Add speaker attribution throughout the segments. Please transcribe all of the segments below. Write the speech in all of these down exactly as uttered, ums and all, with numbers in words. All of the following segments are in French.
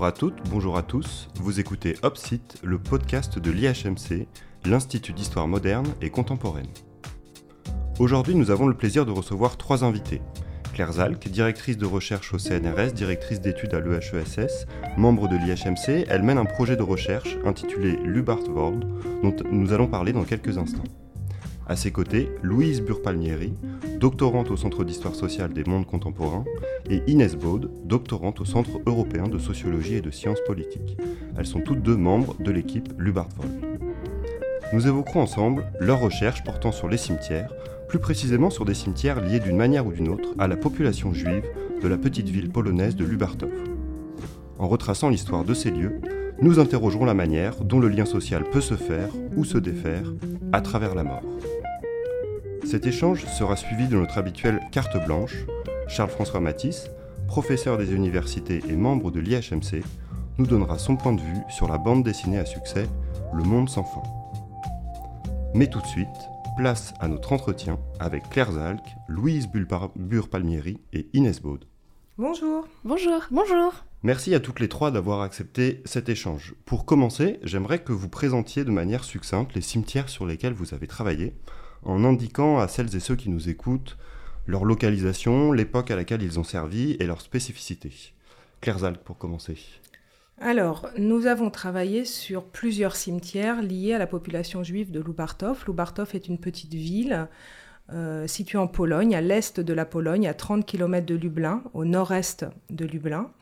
Speaker 1: Bonjour à toutes, bonjour à tous, vous écoutez Opsite, le podcast de l'I H M C, l'Institut d'Histoire Moderne et Contemporaine. Aujourd'hui, nous avons le plaisir de recevoir trois invités. Claire Zalck, directrice de recherche au C N R S, directrice d'études à l'E H E S S, membre de l'I H M C, elle mène un projet de recherche intitulé Lubartworld, dont nous allons parler dans quelques instants. À ses côtés, Louise Burpalmieri, doctorante au Centre d'Histoire sociale des mondes contemporains, et Inès Baude, doctorante au Centre européen de sociologie et de sciences politiques. Elles sont toutes deux membres de l'équipe Lubartworld. Nous évoquerons ensemble leurs recherches portant sur les cimetières, plus précisément sur des cimetières liés d'une manière ou d'une autre à la population juive de la petite ville polonaise de Lubartów. En retraçant l'histoire de ces lieux, nous interrogerons la manière dont le lien social peut se faire ou se défaire à travers la mort. Cet échange sera suivi de notre habituelle carte blanche. Charles-François Mathis, professeur des universités et membre de l'I H M C, nous donnera son point de vue sur la bande dessinée à succès Le Monde sans fin. Mais tout de suite, place à notre entretien avec Claire Zalck, Louise Burpalmieri et Inès Baude.
Speaker 2: Bonjour.
Speaker 3: Bonjour. Bonjour.
Speaker 1: Merci à toutes les trois d'avoir accepté cet échange. Pour commencer, j'aimerais que vous présentiez de manière succincte les cimetières sur lesquels vous avez travaillé, en indiquant à celles et ceux qui nous écoutent leur localisation, l'époque à laquelle ils ont servi et leurs spécificités. Claire Zalck, pour commencer.
Speaker 2: Alors, nous avons travaillé sur plusieurs cimetières liés à la population juive de Lubartów. Lubartów est une petite ville euh, située en Pologne, à l'est de la Pologne, à trente kilomètres de Lublin, au nord-est de Lublin,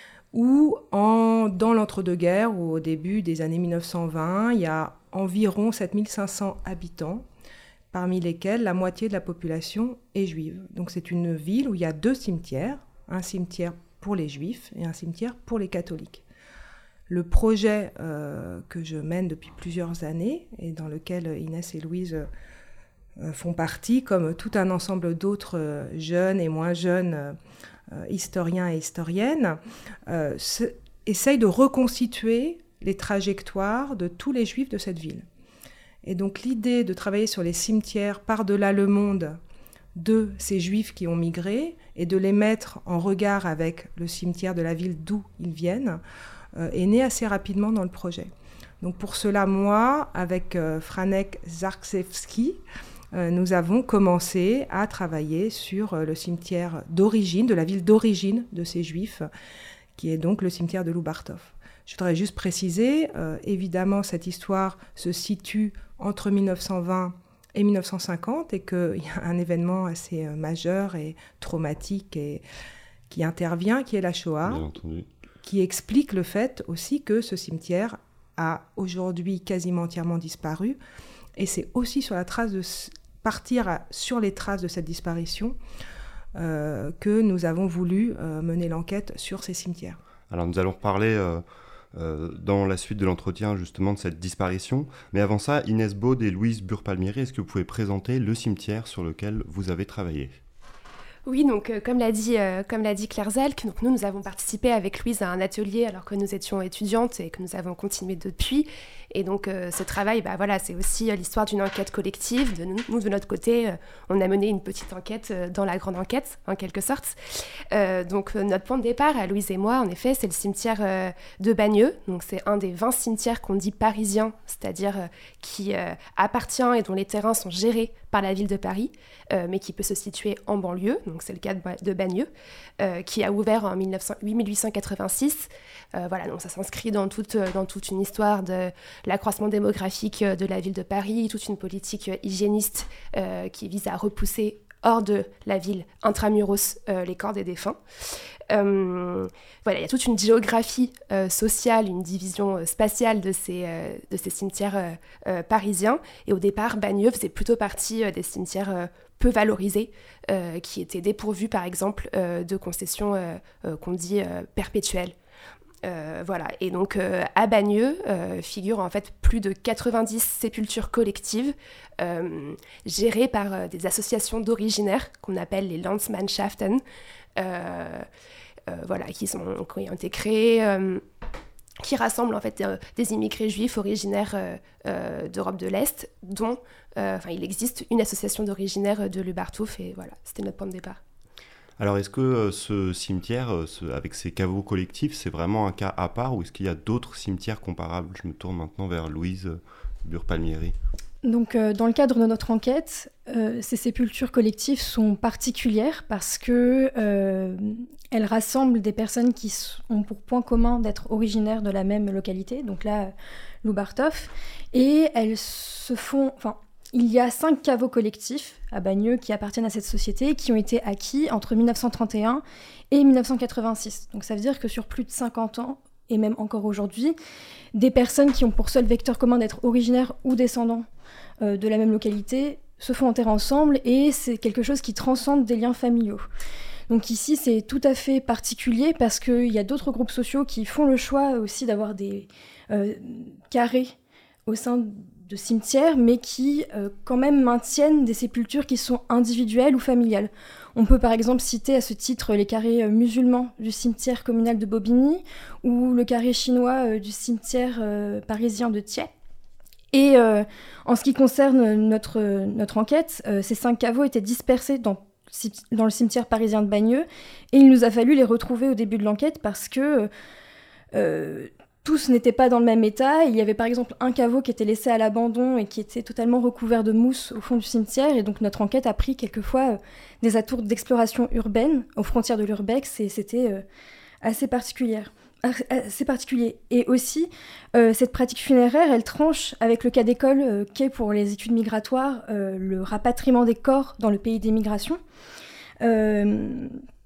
Speaker 2: où en, dans l'entre-deux-guerres, ou au début des années mille neuf cent vingt, il y a environ sept mille cinq cents habitants, parmi lesquels la moitié de la population est juive. Donc c'est une ville où il y a deux cimetières, un cimetière pour les juifs et un cimetière pour les catholiques. Le projet euh, que je mène depuis plusieurs années et dans lequel Inès et Louise euh, font partie, comme tout un ensemble d'autres euh, jeunes et moins jeunes euh, historiens et historiennes, euh, essaye de reconstituer les trajectoires de tous les juifs de cette ville. Et donc l'idée de travailler sur les cimetières par-delà le monde de ces juifs qui ont migré et de les mettre en regard avec le cimetière de la ville d'où ils viennent euh, est née assez rapidement dans le projet. Donc pour cela, moi, avec euh, Franek Zarczewski, euh, nous avons commencé à travailler sur euh, le cimetière d'origine, de la ville d'origine de ces juifs, qui est donc le cimetière de Lubartów. Je voudrais juste préciser, euh, évidemment, cette histoire se situe entre mille neuf cent vingt et mille neuf cent cinquante et qu'il y a un événement assez euh, majeur et traumatique et, qui intervient, qui est la Shoah,
Speaker 1: Bien entendu. Qui
Speaker 2: explique le fait aussi que ce cimetière a aujourd'hui quasiment entièrement disparu. Et c'est aussi sur la trace de partir à, sur les traces de cette disparition euh, que nous avons voulu euh, mener l'enquête sur ces cimetières.
Speaker 1: Alors nous allons reparler euh, euh, dans la suite de l'entretien justement de cette disparition. Mais avant ça, Inès Baude et Louise Burpalmieri, est-ce que vous pouvez présenter le cimetière sur lequel vous avez travaillé ?
Speaker 3: Oui, donc euh, comme l'a dit, euh, comme l'a dit Claire Zalck, donc nous, nous avons participé avec Louise à un atelier alors que nous étions étudiantes et que nous avons continué depuis. Et donc euh, ce travail, bah, voilà, c'est aussi euh, l'histoire d'une enquête collective. De nous, nous, de notre côté, euh, on a mené une petite enquête euh, dans la grande enquête, en quelque sorte. Euh, donc euh, notre point de départ, à Louise et moi, en effet, c'est le cimetière euh, de Bagneux. Donc c'est un des vingt cimetières qu'on dit parisiens, c'est-à-dire euh, qui euh, appartient et dont les terrains sont gérés par la ville de Paris, euh, mais qui peut se situer en banlieue. Donc c'est le cas de Bagneux, euh, qui a ouvert en mille huit cent quatre-vingt-six. Euh, voilà, donc ça s'inscrit dans toute, dans toute une histoire de l'accroissement démographique de la ville de Paris, toute une politique hygiéniste euh, qui vise à repousser hors de la ville, intramuros, euh, les corps des défunts. Euh, voilà, il y a toute une géographie euh, sociale, une division euh, spatiale de ces, euh, de ces cimetières euh, euh, parisiens. Et au départ, Bagneux faisait plutôt partie euh, des cimetières euh, peu valorisés, euh, qui étaient dépourvus, par exemple, euh, de concessions euh, euh, qu'on dit euh, perpétuelles. Euh, voilà, et donc euh, à Bagneux euh, figurent en fait plus de quatre-vingt-dix sépultures collectives euh, gérées par euh, des associations d'originaires qu'on appelle les Landsmannschaften, euh, euh, voilà, qui, sont, qui ont été créées, euh, qui rassemblent en fait euh, des immigrés juifs originaires euh, euh, d'Europe de l'Est, dont euh, il existe une association d'originaires de Lubartów, et voilà, c'était notre point de départ.
Speaker 1: Alors, est-ce que euh, ce cimetière, euh, ce, avec ses caveaux collectifs, c'est vraiment un cas à part ou est-ce qu'il y a d'autres cimetières comparables ? Je me tourne maintenant vers Louise euh, Bure-Palmieri.
Speaker 4: Donc, euh, dans le cadre de notre enquête, euh, ces sépultures collectives sont particulières parce que euh, elles rassemblent des personnes qui ont pour point commun d'être originaires de la même localité, donc là, Loubartov, et elles se font... Enfin, il y a cinq caveaux collectifs à Bagneux qui appartiennent à cette société qui ont été acquis entre dix-neuf cent trente et un et dix-neuf cent quatre-vingt-six. Donc ça veut dire que sur plus de cinquante ans, et même encore aujourd'hui, des personnes qui ont pour seul vecteur commun d'être originaires ou descendants euh, de la même localité se font enterrer ensemble et c'est quelque chose qui transcende des liens familiaux. Donc ici, c'est tout à fait particulier parce qu'il y a d'autres groupes sociaux qui font le choix aussi d'avoir des euh, carrés au sein de cimetières, mais qui euh, quand même maintiennent des sépultures qui sont individuelles ou familiales. On peut par exemple citer à ce titre les carrés euh, musulmans du cimetière communal de Bobigny ou le carré chinois euh, du cimetière euh, parisien de Thiais. Et euh, en ce qui concerne notre, notre enquête, euh, ces cinq caveaux étaient dispersés dans, dans le cimetière parisien de Bagneux et il nous a fallu les retrouver au début de l'enquête parce que euh, tous n'étaient pas dans le même état. Il y avait par exemple un caveau qui était laissé à l'abandon et qui était totalement recouvert de mousse au fond du cimetière. Et donc notre enquête a pris quelquefois euh, des atours d'exploration urbaine aux frontières de l'urbex et c'était euh, assez particulière. assez particulier. Et aussi, euh, cette pratique funéraire, elle tranche avec le cas d'école euh, qu'est pour les études migratoires euh, le rapatriement des corps dans le pays d'émigration. Euh,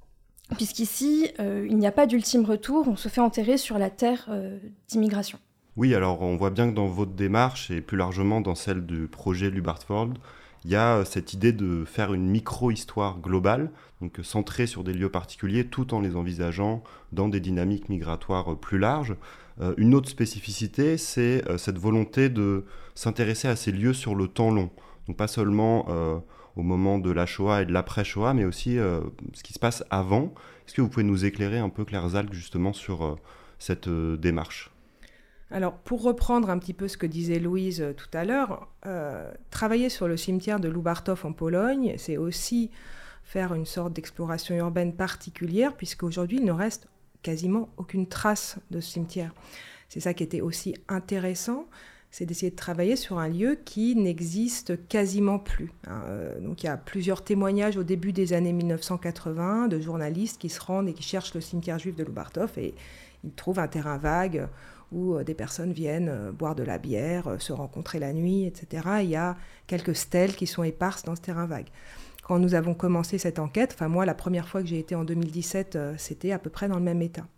Speaker 4: puisqu'ici, euh, il n'y a pas d'ultime retour, on se fait enterrer sur la terre euh, d'immigration.
Speaker 1: Oui, alors on voit bien que dans votre démarche, et plus largement dans celle du projet Lubartfold, il y a cette idée de faire une micro-histoire globale, donc centrée sur des lieux particuliers, tout en les envisageant dans des dynamiques migratoires plus larges. Euh, une autre spécificité, c'est euh, cette volonté de s'intéresser à ces lieux sur le temps long. Donc pas seulement euh, au moment de la Shoah et de l'après-Shoah, mais aussi euh, ce qui se passe avant. Est-ce que vous pouvez nous éclairer un peu, Claire Zalck, justement sur euh, cette euh, démarche ?
Speaker 2: Alors, pour reprendre un petit peu ce que disait Louise euh, tout à l'heure, euh, travailler sur le cimetière de Loubartów en Pologne, c'est aussi faire une sorte d'exploration urbaine particulière, puisqu'aujourd'hui, il ne reste quasiment aucune trace de ce cimetière. C'est ça qui était aussi intéressant, c'est d'essayer de travailler sur un lieu qui n'existe quasiment plus. Hein. Euh, donc, il y a plusieurs témoignages au début des années dix-neuf cent quatre-vingts de journalistes qui se rendent et qui cherchent le cimetière juif de Loubartów et ils trouvent un terrain vague où des personnes viennent boire de la bière, se rencontrer la nuit, et cetera. Il y a quelques stèles qui sont éparses dans ce terrain vague. Quand nous avons commencé cette enquête, enfin moi, la première fois que j'ai été en deux mille dix-sept, c'était à peu près dans le même état.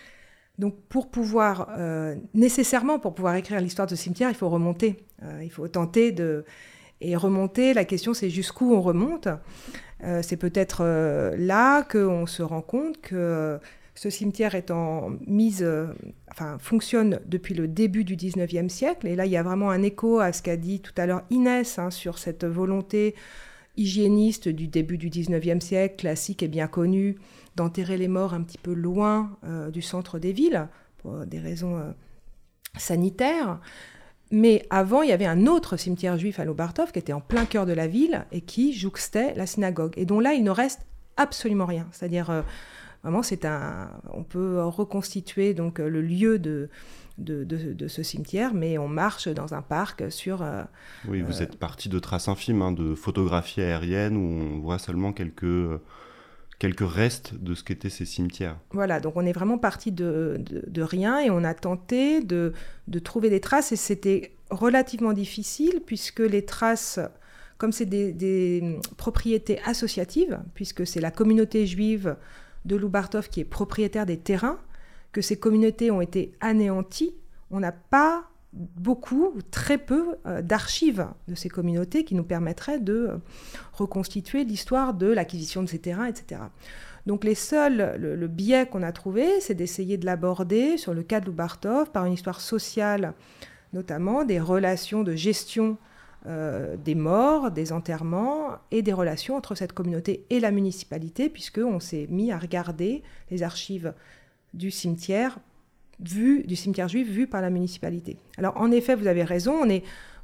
Speaker 2: Donc pour pouvoir, euh, nécessairement pour pouvoir écrire l'histoire de ce cimetière, il faut remonter. Euh, il faut tenter de... Et remonter, la question c'est jusqu'où on remonte. Euh, c'est peut-être euh, là qu'on se rend compte que... Ce cimetière est en mise, euh, enfin, fonctionne depuis le début du dix-neuvième siècle. Et là, il y a vraiment un écho à ce qu'a dit tout à l'heure Inès hein, sur cette volonté hygiéniste du début du dix-neuvième siècle, classique et bien connue, d'enterrer les morts un petit peu loin euh, du centre des villes, pour des raisons euh, sanitaires. Mais avant, il y avait un autre cimetière juif à Loubartów qui était en plein cœur de la ville et qui jouxtait la synagogue. Et dont là, il ne reste absolument rien. C'est-à-dire... Euh, Vraiment, c'est un, on peut reconstituer donc, le lieu de, de, de, de ce cimetière, mais on marche dans un parc sur... Euh,
Speaker 1: oui, vous
Speaker 2: euh,
Speaker 1: êtes parti de traces infimes, hein, de photographies aériennes où on voit seulement quelques, quelques restes de ce qu'étaient ces cimetières.
Speaker 2: Voilà, donc on est vraiment parti de, de, de rien et on a tenté de, de trouver des traces et c'était relativement difficile puisque les traces... Comme c'est des, des propriétés associatives, puisque c'est la communauté juive de Loubartów qui est propriétaire des terrains, que ces communautés ont été anéanties, on n'a pas beaucoup ou très peu euh, d'archives de ces communautés qui nous permettraient de euh, reconstituer l'histoire de l'acquisition de ces terrains, et cetera. Donc les seuls, le, le biais qu'on a trouvé, c'est d'essayer de l'aborder sur le cas de Loubartów par une histoire sociale, notamment des relations de gestion Euh, des morts, des enterrements et des relations entre cette communauté et la municipalité, puisqu'on s'est mis à regarder les archives du cimetière, vu, du cimetière juif vu par la municipalité. Alors en effet, vous avez raison, on est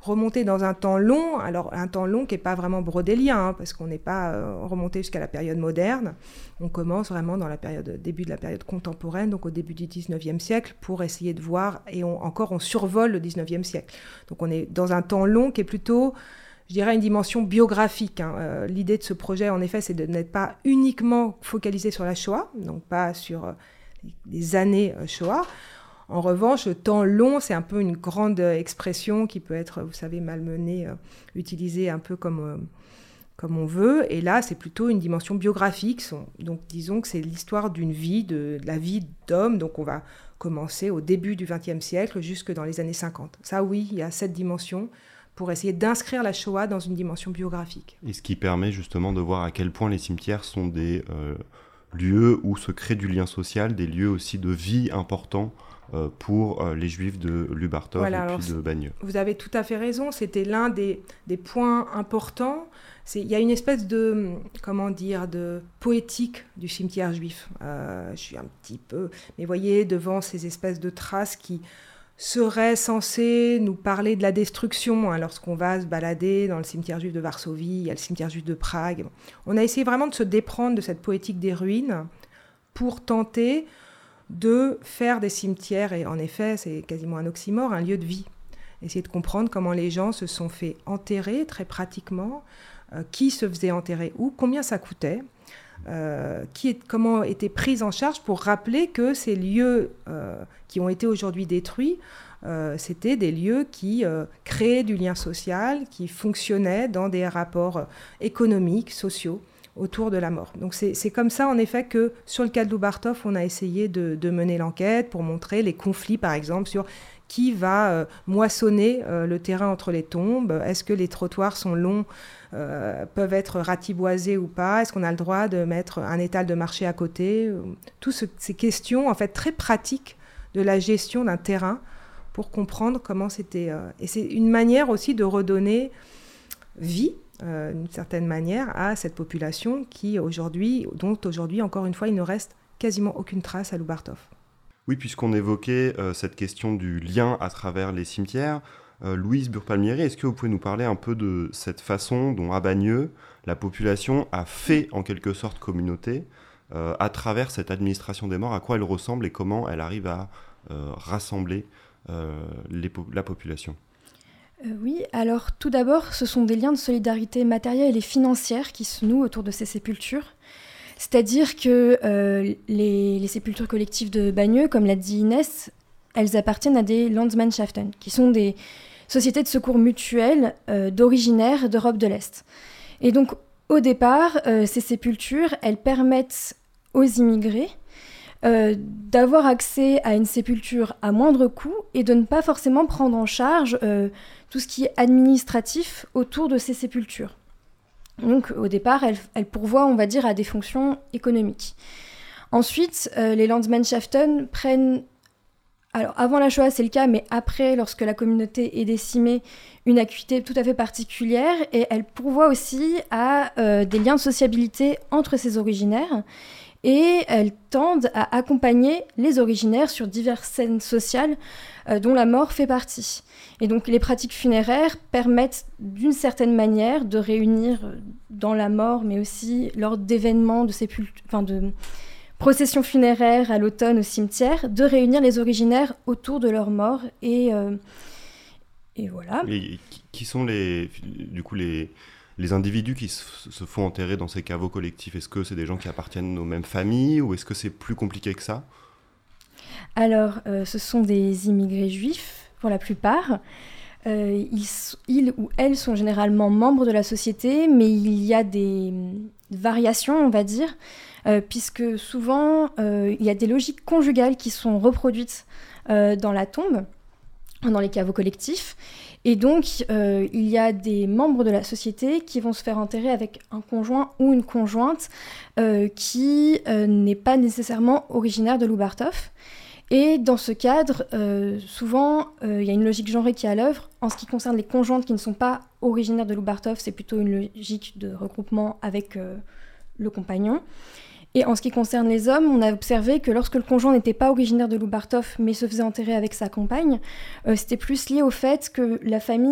Speaker 2: remonter dans un temps long, alors un temps long qui n'est pas vraiment brodélien, hein, parce qu'on n'est pas euh, remonté jusqu'à la période moderne. On commence vraiment dans la période, début de la période contemporaine, donc au début du dix-neuvième siècle, pour essayer de voir, et on, encore on survole le dix-neuvième siècle. Donc on est dans un temps long qui est plutôt, je dirais, une dimension biographique. Hein. Euh, l'idée de ce projet, en effet, c'est de n'être pas uniquement focalisé sur la Shoah, donc pas sur euh, les années euh, Shoah. En revanche, le temps long, c'est un peu une grande expression qui peut être, vous savez, malmenée, euh, utilisée un peu comme, euh, comme on veut. Et là, c'est plutôt une dimension biographique. Donc, disons que c'est l'histoire d'une vie, de, de la vie d'homme. Donc, on va commencer au début du vingtième siècle jusque dans les années cinquante. Ça, oui, il y a cette dimension pour essayer d'inscrire la Shoah dans une dimension biographique.
Speaker 1: Et ce qui permet justement de voir à quel point les cimetières sont des euh, lieux où se crée du lien social, des lieux aussi de vie importants pour les Juifs de Lubartov voilà, et puis de Bagneux.
Speaker 2: Vous avez tout à fait raison, c'était l'un des, des points importants. Il y a une espèce de, comment dire, de poétique du cimetière juif. Euh, je suis un petit peu, mais voyez, devant ces espèces de traces qui seraient censées nous parler de la destruction. Hein, lorsqu'on va se balader dans le cimetière juif de Varsovie, il y a le cimetière juif de Prague. On a essayé vraiment de se déprendre de cette poétique des ruines pour tenter de faire des cimetières, et en effet, c'est quasiment un oxymore, un lieu de vie. Essayer de comprendre comment les gens se sont fait enterrer, très pratiquement, euh, qui se faisait enterrer où, combien ça coûtait, euh, qui est, comment étaient pris en charge pour rappeler que ces lieux euh, qui ont été aujourd'hui détruits, euh, c'était des lieux qui euh, créaient du lien social, qui fonctionnaient dans des rapports économiques, sociaux, autour de la mort. Donc c'est, c'est comme ça, en effet, que sur le cas de Lubartov, on a essayé de, de mener l'enquête pour montrer les conflits, par exemple, sur qui va euh, moissonner euh, le terrain entre les tombes, est-ce que les trottoirs sont longs, euh, peuvent être ratiboisés ou pas, est-ce qu'on a le droit de mettre un étal de marché à côté, toutes ce, ces questions, en fait, très pratiques de la gestion d'un terrain pour comprendre comment c'était... Euh, et c'est une manière aussi de redonner vie, Euh, d'une certaine manière, à cette population qui aujourd'hui, dont aujourd'hui, encore une fois, il ne reste quasiment aucune trace à Lubartov.
Speaker 1: Oui, puisqu'on évoquait euh, cette question du lien à travers les cimetières, euh, Louise Burpalmieri, est-ce que vous pouvez nous parler un peu de cette façon dont à Bagneux, la population a fait en quelque sorte communauté euh, à travers cette administration des morts, à quoi elle ressemble et comment elle arrive à euh, rassembler euh, les po- la population ?
Speaker 4: Euh, oui, alors tout d'abord, ce sont des liens de solidarité matérielle et financière qui se nouent autour de ces sépultures. C'est-à-dire que euh, les, les sépultures collectives de Bagneux, comme l'a dit Inès, elles appartiennent à des Landsmannschaften, qui sont des sociétés de secours mutuels euh, d'originaires d'Europe de l'Est. Et donc, au départ, euh, ces sépultures, elles permettent aux immigrés Euh, d'avoir accès à une sépulture à moindre coût et de ne pas forcément prendre en charge euh, tout ce qui est administratif autour de ces sépultures. Donc au départ, elles, elles pourvoient, on va dire, à des fonctions économiques. Ensuite, euh, les Landsmannschaften prennent, alors avant la Shoah c'est le cas, mais après, lorsque la communauté est décimée, une acuité tout à fait particulière, et elles pourvoient aussi à euh, des liens de sociabilité entre ces originaires. Et elles tendent à accompagner les originaires sur diverses scènes sociales euh, dont la mort fait partie. Et donc les pratiques funéraires permettent d'une certaine manière de réunir dans la mort, mais aussi lors d'événements, de, sépult- enfin de processions funéraires à l'automne au cimetière, de réunir les originaires autour de leur mort. Et, euh, et voilà.
Speaker 1: Et qui sont les, du coup les... Les individus qui se font enterrer dans ces caveaux collectifs, est-ce que c'est des gens qui appartiennent aux mêmes familles ou est-ce que c'est plus compliqué que ça ?
Speaker 4: Alors, euh, ce sont des immigrés juifs, pour la plupart. Euh, ils, ils ou elles sont généralement membres de la société, mais il y a des variations, on va dire, euh, puisque souvent, euh, il y a des logiques conjugales qui sont reproduites euh, dans la tombe, dans les caveaux collectifs. Et donc, euh, il y a des membres de la société qui vont se faire enterrer avec un conjoint ou une conjointe euh, qui euh, n'est pas nécessairement originaire de Lubartov. Et dans ce cadre, euh, souvent, euh, il y a une logique genrée qui est à l'œuvre. En ce qui concerne les conjointes qui ne sont pas originaires de Lubartov, c'est plutôt une logique de regroupement avec euh, le compagnon. Et en ce qui concerne les hommes, on a observé que lorsque le conjoint n'était pas originaire de Lubartov, mais se faisait enterrer avec sa compagne, euh, c'était plus lié au fait que la famille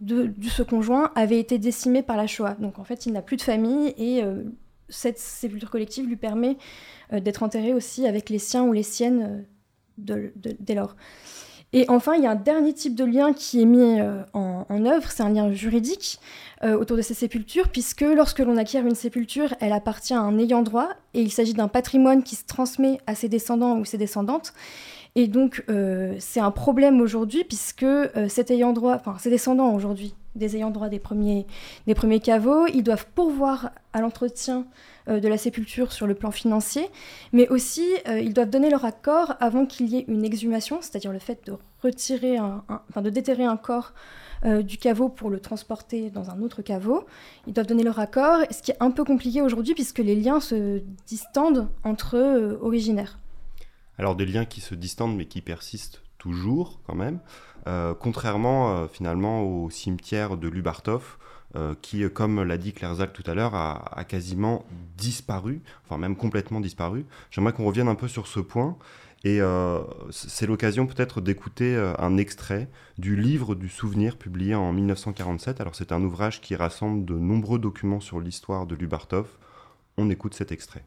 Speaker 4: de, de ce conjoint avait été décimé par la Shoah. Donc en fait, il n'a plus de famille et euh, cette sépulture collective lui permet euh, d'être enterré aussi avec les siens ou les siennes euh, de, de, dès lors. Et enfin, il y a un dernier type de lien qui est mis euh, en, en œuvre, c'est un lien juridique euh, autour de ces sépultures, puisque lorsque l'on acquiert une sépulture, elle appartient à un ayant droit, et il s'agit d'un patrimoine qui se transmet à ses descendants ou ses descendantes. Et donc, euh, c'est un problème aujourd'hui, puisque euh, cet ayant droit, enfin, ses descendants aujourd'hui, des ayants droit des premiers, des premiers caveaux, ils doivent pourvoir à l'entretien euh, de la sépulture sur le plan financier, mais aussi euh, ils doivent donner leur accord avant qu'il y ait une exhumation, c'est-à-dire le fait de retirer, un, un, enfin de déterrer un corps euh, du caveau pour le transporter dans un autre caveau. Ils doivent donner leur accord, ce qui est un peu compliqué aujourd'hui puisque les liens se distendent entre eux euh, originaires.
Speaker 1: Alors des liens qui se distendent mais qui persistent toujours quand même, euh, contrairement euh, finalement au cimetière de Lubartov, euh, qui, comme l'a dit Claire Zalck tout à l'heure, a, a quasiment disparu, enfin même complètement disparu. J'aimerais qu'on revienne un peu sur ce point, et euh, c'est l'occasion peut-être d'écouter euh, un extrait du livre du souvenir publié en mille neuf cent quarante-sept. Alors c'est un ouvrage qui rassemble de nombreux documents sur l'histoire de Lubartov. On écoute cet extrait.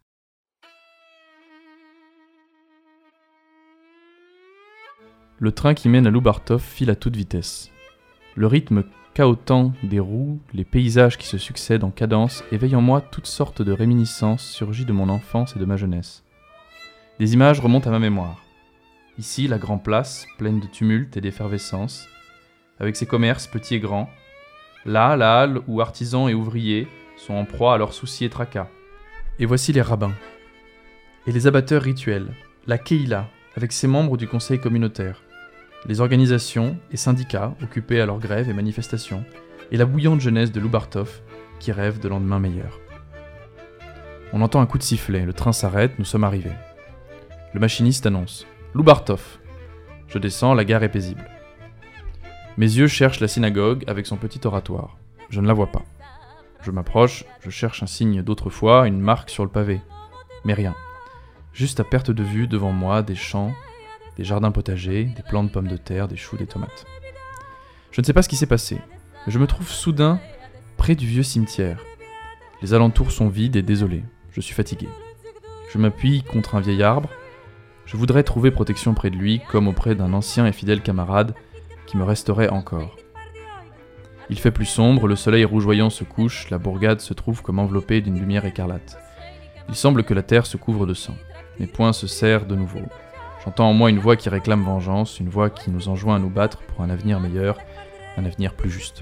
Speaker 5: Le train qui mène à Lubartov file à toute vitesse. Le rythme cahotant des roues, les paysages qui se succèdent en cadence éveillent en moi toutes sortes de réminiscences surgies de mon enfance et de ma jeunesse. Des images remontent à ma mémoire. Ici, la grande place, pleine de tumulte et d'effervescence, avec ses commerces petits et grands. Là, la halle où artisans et ouvriers sont en proie à leurs soucis et tracas. Et voici les rabbins. Et les abatteurs rituels, la Kehila, avec ses membres du conseil communautaire. Les organisations et syndicats occupés à leurs grèves et manifestations, et la bouillante jeunesse de Lubartov qui rêve de lendemains meilleurs. On entend un coup de sifflet, le train s'arrête, nous sommes arrivés. Le machiniste annonce « Lubartov ». Je descends, la gare est paisible. Mes yeux cherchent la synagogue avec son petit oratoire. Je ne la vois pas. Je m'approche, je cherche un signe d'autrefois, une marque sur le pavé. Mais rien. Juste à perte de vue, devant moi, des champs, des jardins potagers, des plants de pommes de terre, des choux, des tomates. Je ne sais pas ce qui s'est passé, mais je me trouve soudain près du vieux cimetière. Les alentours sont vides et désolés. Je suis fatigué. Je m'appuie contre un vieil arbre. Je voudrais trouver protection près de lui, comme auprès d'un ancien et fidèle camarade qui me resterait encore. Il fait plus sombre, le soleil rougeoyant se couche, la bourgade se trouve comme enveloppée d'une lumière écarlate. Il semble que la terre se couvre de sang. Mes poings se serrent de nouveau. J'entends en moi une voix qui réclame vengeance, une voix qui nous enjoint à nous battre pour un avenir meilleur, un avenir plus juste.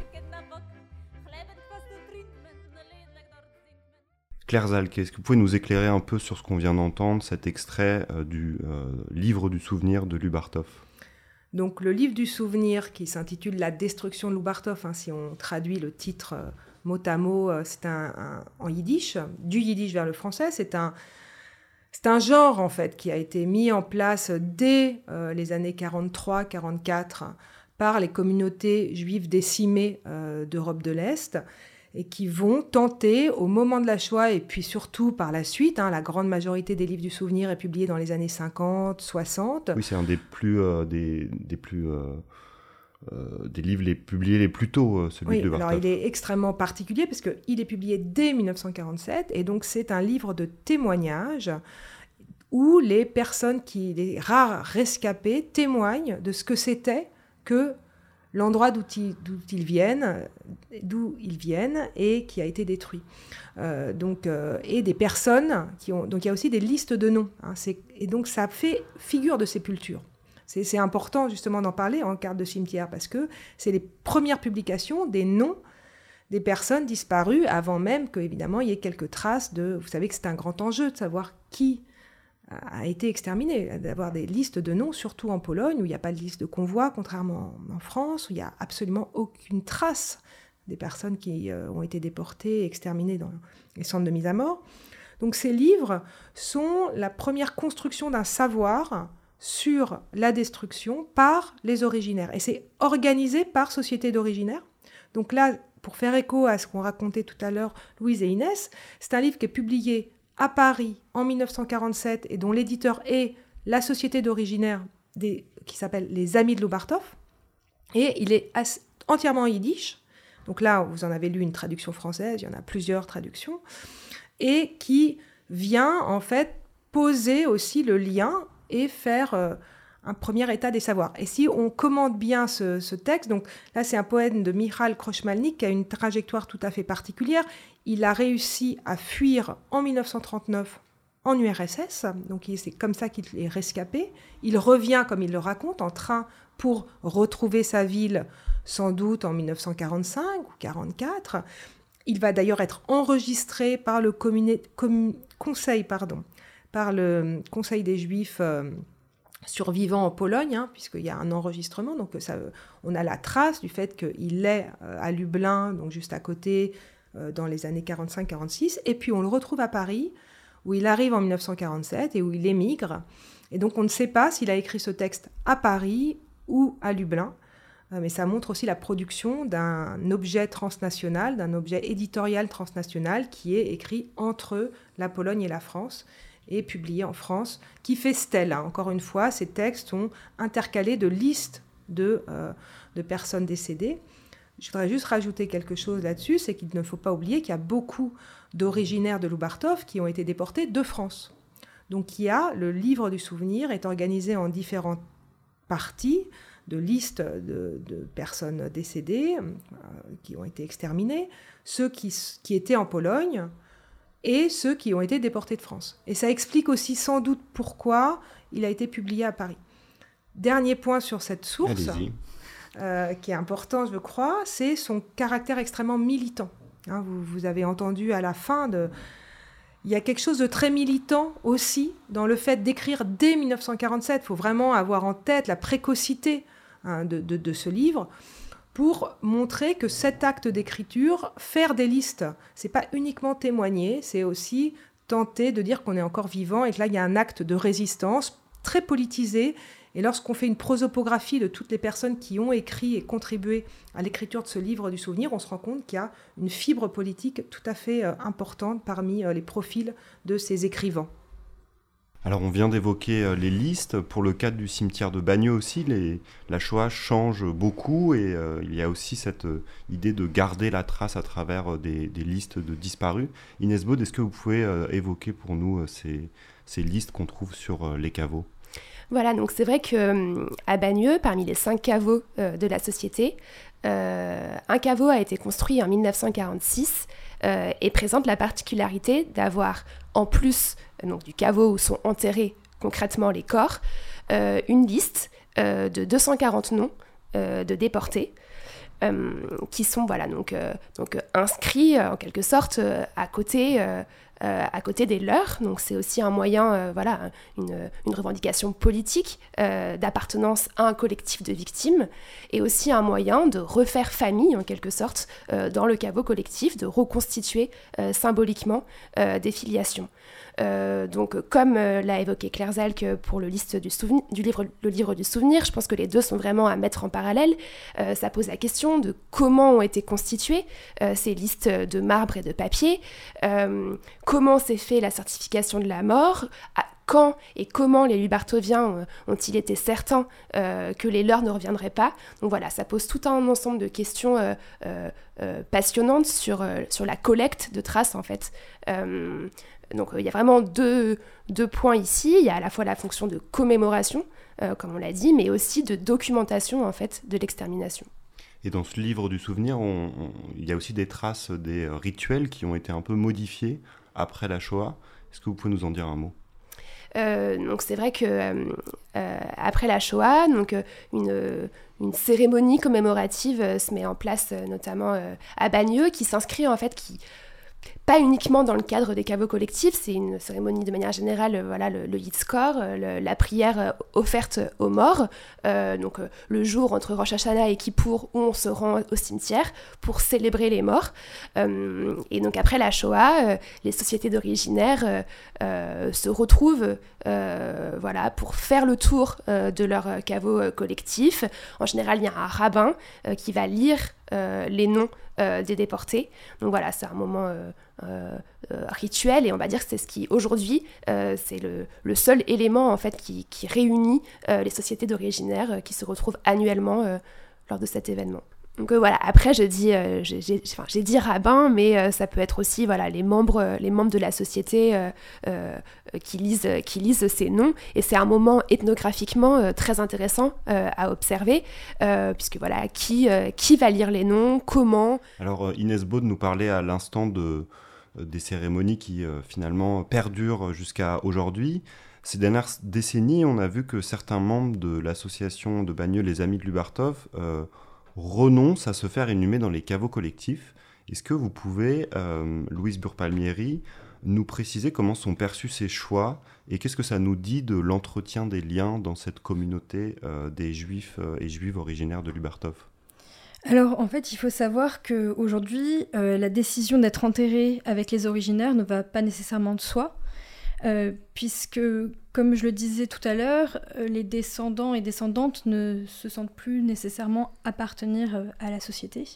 Speaker 1: Claire Zalck, est-ce que vous pouvez nous éclairer un peu sur ce qu'on vient d'entendre, cet extrait euh, du euh, livre du souvenir de Lubartov ?
Speaker 2: Donc le livre du souvenir qui s'intitule « La destruction de Lubartov », hein, si on traduit le titre euh, mot à mot, euh, c'est un, un, en yiddish, du yiddish vers le français, c'est un... C'est un genre, en fait, qui a été mis en place dès euh, les années quarante-trois quarante-quatre par les communautés juives décimées euh, d'Europe de l'Est et qui vont tenter, au moment de la Shoah et puis surtout par la suite, hein, la grande majorité des livres du souvenir est publiée dans les années cinquante, soixante.
Speaker 1: Oui, c'est un des plus... Euh, des, des plus euh... Euh, des livres les publiés les plus tôt, euh, celui
Speaker 2: oui,
Speaker 1: de Lubartov.
Speaker 2: Alors il est extrêmement particulier parce qu'il est publié dès mille neuf cent quarante-sept et donc c'est un livre de témoignages où les personnes, qui, les rares rescapés, témoignent de ce que c'était que l'endroit d'où ils, d'où ils viennent, d'où ils viennent et qui a été détruit. Euh, donc, euh, et des personnes qui ont... Donc il y a aussi des listes de noms. Hein, c'est, et donc ça fait figure de sépulture. C'est, c'est important justement d'en parler en carte de cimetière parce que c'est les premières publications des noms des personnes disparues avant même qu'évidemment il y ait quelques traces de... Vous savez que c'est un grand enjeu de savoir qui a été exterminé, d'avoir des listes de noms, surtout en Pologne où il n'y a pas de liste de convoi, contrairement en France où il n'y a absolument aucune trace des personnes qui euh, ont été déportées, exterminées dans les centres de mise à mort. Donc ces livres sont la première construction d'un savoir sur la destruction par les originaires. Et c'est organisé par société d'originaires. Donc là, pour faire écho à ce qu'on racontait tout à l'heure, Louise et Inès, c'est un livre qui est publié à Paris en mille neuf cent quarante-sept et dont l'éditeur est la société d'originaires des, qui s'appelle les Amis de Lubartov. Et il est as, entièrement en yiddish. Donc là, vous en avez lu une traduction française, il y en a plusieurs traductions, et qui vient en fait poser aussi le lien et faire euh, un premier état des savoirs. Et si on commente bien ce, ce texte, donc là c'est un poème de Michal Krochmalnik qui a une trajectoire tout à fait particulière. Il a réussi à fuir en dix-neuf cent trente-neuf en U R S S, donc c'est comme ça qu'il est rescapé. Il revient, comme il le raconte, en train pour retrouver sa ville, sans doute en dix-neuf cent quarante-cinq ou quarante-quatre. Il va d'ailleurs être enregistré par le communé, com, conseil, pardon, par le Conseil des Juifs euh, survivants en Pologne, hein, puisqu'il y a un enregistrement. Donc ça, on a la trace du fait qu'il est euh, à Lublin, donc juste à côté, euh, dans les années quarante-cinq quarante-six. Et puis on le retrouve à Paris, où il arrive en dix-neuf cent quarante-sept et où il émigre. Et donc on ne sait pas s'il a écrit ce texte à Paris ou à Lublin. Mais ça montre aussi la production d'un objet transnational, d'un objet éditorial transnational qui est écrit entre la Pologne et la France et publié en France, qui fait stèle. Encore une fois, ces textes sont intercalés de listes de, euh, de personnes décédées. Je voudrais juste rajouter quelque chose là-dessus, c'est qu'il ne faut pas oublier qu'il y a beaucoup d'originaires de Lubartov qui ont été déportés de France. Donc il y a, le livre du souvenir est organisé en différentes parties, de listes de, de personnes décédées, euh, qui ont été exterminées, ceux qui, qui étaient en Pologne et ceux qui ont été déportés de France. Et ça explique aussi sans doute pourquoi il a été publié à Paris. Dernier point sur cette source, euh, qui est important, je crois, c'est son caractère extrêmement militant. Hein, vous, vous avez entendu à la fin de... Il y a quelque chose de très militant aussi dans le fait d'écrire dès dix-neuf cent quarante-sept. Il faut vraiment avoir en tête la précocité hein, de, de, de ce livre pour montrer que cet acte d'écriture, faire des listes, c'est pas uniquement témoigner, c'est aussi tenter de dire qu'on est encore vivant et que là, il y a un acte de résistance très politisé. Et lorsqu'on fait une prosopographie de toutes les personnes qui ont écrit et contribué à l'écriture de ce livre du souvenir, on se rend compte qu'il y a une fibre politique tout à fait euh, importante parmi euh, les profils de ces écrivains.
Speaker 1: Alors on vient d'évoquer euh, les listes. Pour le cadre du cimetière de Bagneux aussi, les, la Shoah change beaucoup et euh, il y a aussi cette euh, idée de garder la trace à travers euh, des, des listes de disparus. Inès Baud, est-ce que vous pouvez euh, évoquer pour nous euh, ces, ces listes qu'on trouve sur euh, les caveaux ?
Speaker 3: Voilà, donc c'est vrai qu'à Bagneux, parmi les cinq caveaux euh, de la société, euh, un caveau a été construit en dix-neuf cent quarante-six euh, et présente la particularité d'avoir, en plus euh, donc, du caveau où sont enterrés concrètement les corps, euh, une liste euh, de deux cent quarante noms euh, de déportés euh, qui sont voilà, donc, euh, donc, inscrits euh, en quelque sorte euh, à côté... Euh, Euh, à côté des leurs, donc c'est aussi un moyen, euh, voilà, une, une revendication politique euh, d'appartenance à un collectif de victimes, et aussi un moyen de refaire famille en quelque sorte euh, dans le caveau collectif, de reconstituer euh, symboliquement euh, des filiations. Euh, donc, comme euh, l'a évoqué Claire Zalck pour le, liste du, souvenir, du livre, le livre du souvenir, je pense que les deux sont vraiment à mettre en parallèle. Euh, ça pose la question de comment ont été constituées euh, ces listes de marbre et de papier, euh, comment s'est fait la certification de la mort, à quand et comment les Lubartoviens euh, ont-ils été certains euh, que les leurs ne reviendraient pas. Donc voilà, ça pose tout un ensemble de questions euh, euh, euh, passionnantes sur, euh, sur la collecte de traces en fait. Euh, Donc il euh, y a vraiment deux, deux points ici. Il y a à la fois la fonction de commémoration, euh, comme on l'a dit, mais aussi de documentation en fait, de l'extermination.
Speaker 1: Et dans ce livre du souvenir, on, on, il y a aussi des traces des rituels qui ont été un peu modifiés après la Shoah. Est-ce que vous pouvez nous en dire un mot ?
Speaker 3: Euh, donc c'est vrai que euh, euh, après la Shoah, donc euh, une, une cérémonie commémorative euh, se met en place, euh, notamment euh, à Bagneux, qui s'inscrit en fait, qui pas uniquement dans le cadre des caveaux collectifs, c'est une cérémonie de manière générale, euh, voilà, le, le Yitzkor, euh, le, la prière euh, offerte aux morts, euh, donc euh, le jour entre Rosh Hashanah et Kippour où on se rend au cimetière pour célébrer les morts. Euh, et donc après la Shoah, euh, les sociétés d'originaires euh, euh, se retrouvent euh, voilà, pour faire le tour euh, de leur caveau euh, collectif. En général, il y a un rabbin euh, qui va lire euh, les noms Euh, des déportés. Donc voilà, c'est un moment euh, euh, euh, rituel et on va dire que c'est ce qui, aujourd'hui, euh, c'est le, le seul élément en fait qui, qui réunit euh, les sociétés d'originaires euh, qui se retrouvent annuellement euh, lors de cet événement. Donc euh, voilà, après je dis, euh, j'ai, j'ai, enfin, j'ai dit rabbin, mais euh, ça peut être aussi voilà, les, membres, euh, les membres de la société euh, euh, qui, lisent, qui lisent ces noms. Et c'est un moment ethnographiquement euh, très intéressant euh, à observer, euh, puisque voilà, qui, euh, qui va lire les noms, comment.
Speaker 1: Alors Inès Baud nous parlait à l'instant de, euh, des cérémonies qui euh, finalement perdurent jusqu'à aujourd'hui. Ces dernières décennies, on a vu que certains membres de l'association de Bagneux, les Amis de Lubartov, euh, renoncent à se faire inhumer dans les caveaux collectifs. Est-ce que vous pouvez, euh, Louise Burpalmieri, nous préciser comment sont perçus ces choix et qu'est-ce que ça nous dit de l'entretien des liens dans cette communauté euh, des Juifs euh, et Juives originaires de Lubartov ?
Speaker 4: Alors, en fait, il faut savoir qu'aujourd'hui, euh, la décision d'être enterré avec les originaires ne va pas nécessairement de soi. Euh, puisque, comme je le disais tout à l'heure, euh, les descendants et descendantes ne se sentent plus nécessairement appartenir euh, à la société.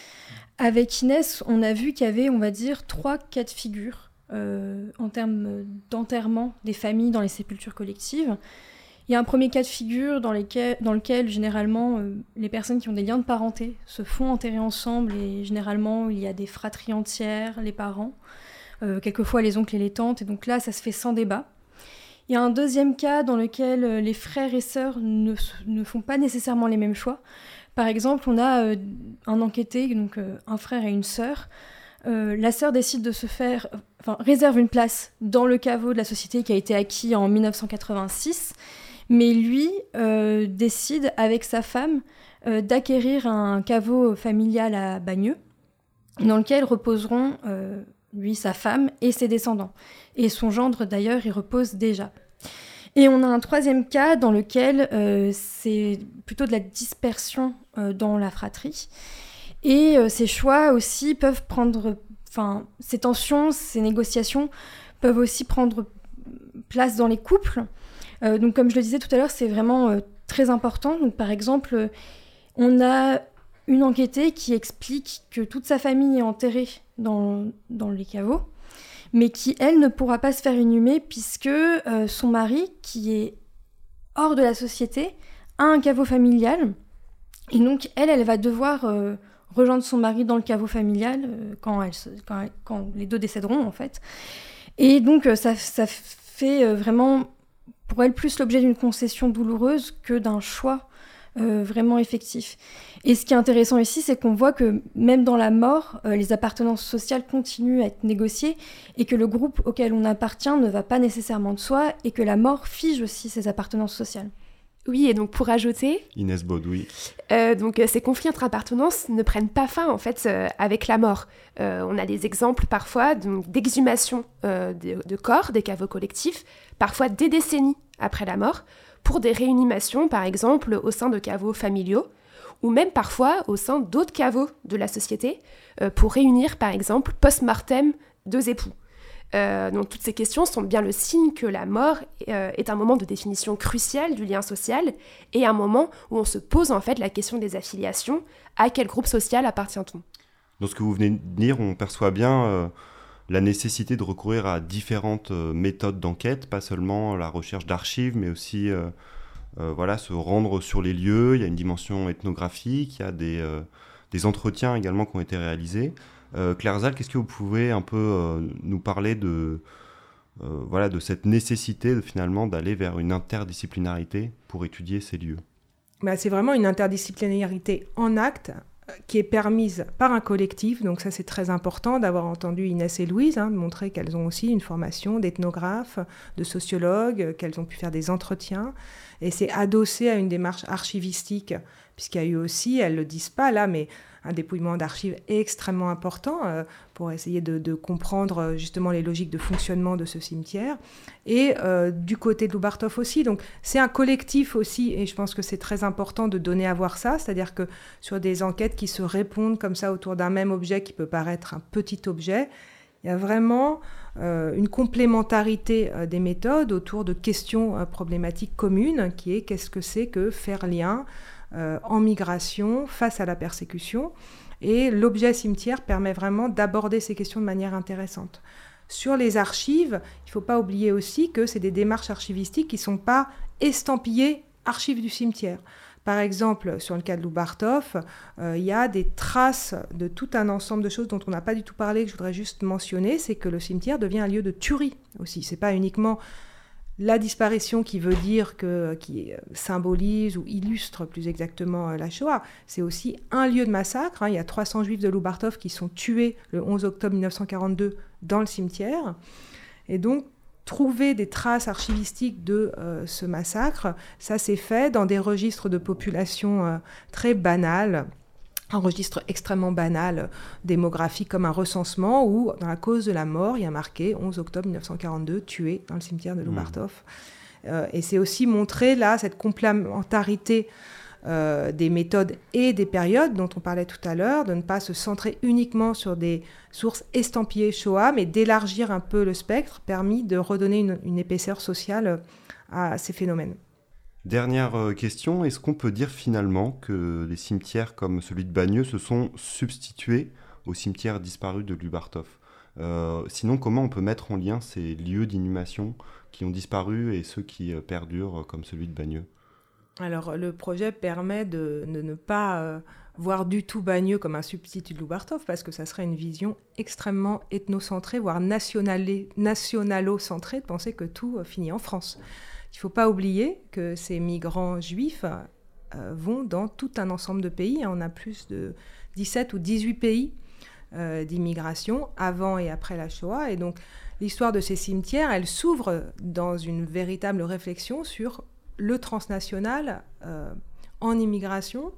Speaker 4: Avec Inès, on a vu qu'il y avait, on va dire, trois cas de figure euh, en termes d'enterrement des familles dans les sépultures collectives. Il y a un premier cas de figure dans, lesquels, dans lequel, généralement, euh, les personnes qui ont des liens de parenté se font enterrer ensemble et généralement, il y a des fratries entières, les parents. Euh, quelquefois les oncles et les tantes, et donc là, ça se fait sans débat. Il y a un deuxième cas dans lequel euh, les frères et sœurs ne, ne font pas nécessairement les mêmes choix. Par exemple, on a euh, un enquêté, donc euh, un frère et une sœur. Euh, la sœur décide de se faire, enfin, réserve une place dans le caveau de la société qui a été acquis en dix-neuf cent quatre-vingt-six, mais lui euh, décide, avec sa femme, euh, d'acquérir un caveau familial à Bagneux, dans lequel reposeront... Euh, lui, sa femme et ses descendants. Et son gendre, d'ailleurs, y repose déjà. Et on a un troisième cas dans lequel euh, c'est plutôt de la dispersion euh, dans la fratrie. Et euh, ces choix aussi peuvent prendre... Enfin, ces tensions, ces négociations peuvent aussi prendre place dans les couples. Euh, donc, comme je le disais tout à l'heure, c'est vraiment euh, très important. Donc, par exemple, euh, on a une enquêtée qui explique que toute sa famille est enterrée dans, dans les caveaux, mais qui, elle, ne pourra pas se faire inhumer puisque euh, son mari, qui est hors de la société, a un caveau familial. Et donc, elle, elle va devoir euh, rejoindre son mari dans le caveau familial euh, quand, elle se, quand, elle, quand les deux décéderont, en fait. Et donc, euh, ça, ça fait euh, vraiment, pour elle, plus l'objet d'une concession douloureuse que d'un choix Euh, vraiment effectif. Et ce qui est intéressant ici, c'est qu'on voit que même dans la mort, euh, les appartenances sociales continuent à être négociées et que le groupe auquel on appartient ne va pas nécessairement de soi et que la mort fige aussi ces appartenances sociales.
Speaker 3: Oui, et donc pour ajouter...
Speaker 1: Inès Baud, oui.
Speaker 3: Euh, donc euh, ces conflits entre appartenances ne prennent pas fin en fait euh, avec la mort. Euh, on a des exemples parfois donc, d'exhumation euh, de, de corps, des caveaux collectifs, parfois des décennies après la mort, pour des réinhumations, par exemple, au sein de caveaux familiaux, ou même parfois au sein d'autres caveaux de la société, euh, pour réunir, par exemple, post-mortem deux époux. Euh, donc toutes ces questions sont bien le signe que la mort euh, est un moment de définition crucial du lien social et un moment où on se pose en fait la question des affiliations. À quel groupe social appartient-on ?
Speaker 1: Dans ce que vous venez de dire, on perçoit bien... Euh... la nécessité de recourir à différentes euh, méthodes d'enquête, pas seulement la recherche d'archives, mais aussi euh, euh, voilà, se rendre sur les lieux. Il y a une dimension ethnographique, il y a des, euh, des entretiens également qui ont été réalisés. Euh, Claire Zal, qu'est-ce que vous pouvez un peu euh, nous parler de, euh, voilà, de cette nécessité de, finalement d'aller vers une interdisciplinarité pour étudier ces lieux ?
Speaker 2: Bah, c'est vraiment une interdisciplinarité en acte, qui est permise par un collectif, donc ça c'est très important d'avoir entendu Inès et Louise, hein, de montrer qu'elles ont aussi une formation d'ethnographe, de sociologue, qu'elles ont pu faire des entretiens, et c'est adossé à une démarche archivistique, puisqu'il y a eu aussi, elles ne le disent pas là, mais un dépouillement d'archives extrêmement important euh, pour essayer de, de comprendre justement les logiques de fonctionnement de ce cimetière. Et euh, du côté de Lubartov aussi, donc c'est un collectif aussi, et je pense que c'est très important de donner à voir ça, c'est-à-dire que sur des enquêtes qui se répondent comme ça autour d'un même objet qui peut paraître un petit objet, il y a vraiment euh, une complémentarité euh, des méthodes autour de questions euh, problématiques communes, qui est qu'est-ce que c'est que faire lien Euh, en migration face à la persécution. Et l'objet cimetière permet vraiment d'aborder ces questions de manière intéressante. Sur les archives, il ne faut pas oublier aussi que c'est des démarches archivistiques qui ne sont pas estampillées archives du cimetière. Par exemple, sur le cas de Loubartov, euh, il y a des traces de tout un ensemble de choses dont on n'a pas du tout parlé, que je voudrais juste mentionner, c'est que le cimetière devient un lieu de tuerie aussi. Ce n'est pas uniquement la disparition qui veut dire que, qui symbolise ou illustre plus exactement la Shoah, c'est aussi un lieu de massacre. Hein. Il y a trois cents juifs de Loubartov qui sont tués le onze octobre mille neuf cent quarante-deux dans le cimetière. Et donc, trouver des traces archivistiques de euh, ce massacre, ça s'est fait dans des registres de population euh, très banals, un registre extrêmement banal, démographique comme un recensement, où dans la cause de la mort, il y a marqué onze octobre mille neuf cent quarante-deux, tué dans le cimetière de Loubartov. Mmh. Euh, et c'est aussi montrer là cette complémentarité Euh, des méthodes et des périodes dont on parlait tout à l'heure, de ne pas se centrer uniquement sur des sources estampillées Shoah, mais d'élargir un peu le spectre, permis de redonner une, une épaisseur sociale à ces phénomènes.
Speaker 1: Dernière question, est-ce qu'on peut dire finalement que des cimetières comme celui de Bagneux se sont substitués aux cimetières disparus de Loubartov ? euh, Sinon, comment on peut mettre en lien ces lieux d'inhumation qui ont disparu et ceux qui euh, perdurent comme celui de Bagneux ?
Speaker 2: Alors, le projet permet de, de ne pas euh, voir du tout Bagneux comme un substitut de Loubartov, parce que ça serait une vision extrêmement ethnocentrée, voire nationale, nationalo-centrée, de penser que tout euh, finit en France. Il ne faut pas oublier que ces migrants juifs euh, vont dans tout un ensemble de pays. On a plus de dix-sept ou dix-huit pays euh, d'immigration avant et après la Shoah. Et donc, l'histoire de ces cimetières, elle s'ouvre dans une véritable réflexion sur le transnational euh, en immigration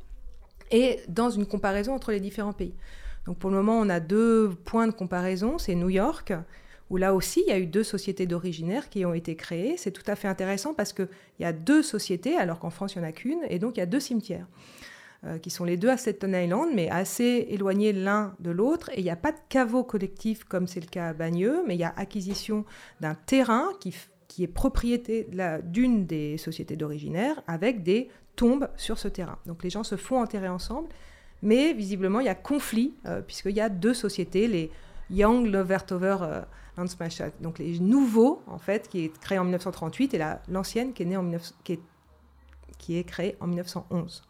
Speaker 2: et dans une comparaison entre les différents pays. Donc pour le moment, on a deux points de comparaison. C'est New York, où là aussi, il y a eu deux sociétés d'originaires qui ont été créées. C'est tout à fait intéressant parce qu'il y a deux sociétés, alors qu'en France, il n'y en a qu'une, et donc il y a deux cimetières, euh, qui sont les deux à Staten Island, mais assez éloignés l'un de l'autre. Et il n'y a pas de caveau collectif comme c'est le cas à Bagneux, mais il y a acquisition d'un terrain qui qui est propriété la, d'une des sociétés d'originaires, avec des tombes sur ce terrain. Donc les gens se font enterrer ensemble, mais visiblement il y a conflit, euh, puisqu'il y a deux sociétés, les Young Lovertover euh, Landsmannschaft, donc les nouveaux, en fait, qui est créé en mille neuf cent trente-huit, et la, l'ancienne qui est, née en dix-neuf cents, qui, est, qui est créée en mille neuf cent onze.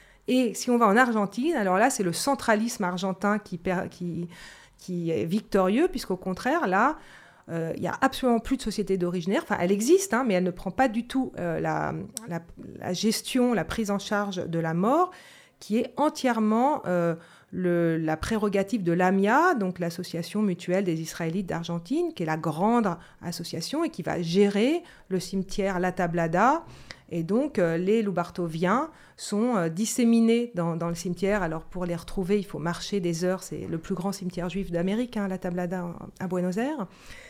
Speaker 2: Et si on va en Argentine, alors là, c'est le centralisme argentin qui, per, qui, qui est victorieux, puisqu'au contraire, là, il euh, n'y a absolument plus de société d'originaire. Enfin, elle existe, hein, mais elle ne prend pas du tout euh, la, la, la gestion, la prise en charge de la mort, qui est entièrement euh, le, la prérogative de l'A M I A, donc l'Association mutuelle des Israélites d'Argentine, qui est la grande association et qui va gérer le cimetière La Tablada. Et donc, euh, les Loubartoviens sont euh, disséminés dans, dans le cimetière. Alors, pour les retrouver, il faut marcher des heures. C'est le plus grand cimetière juif d'Amérique, hein, La Tablada, à Buenos Aires.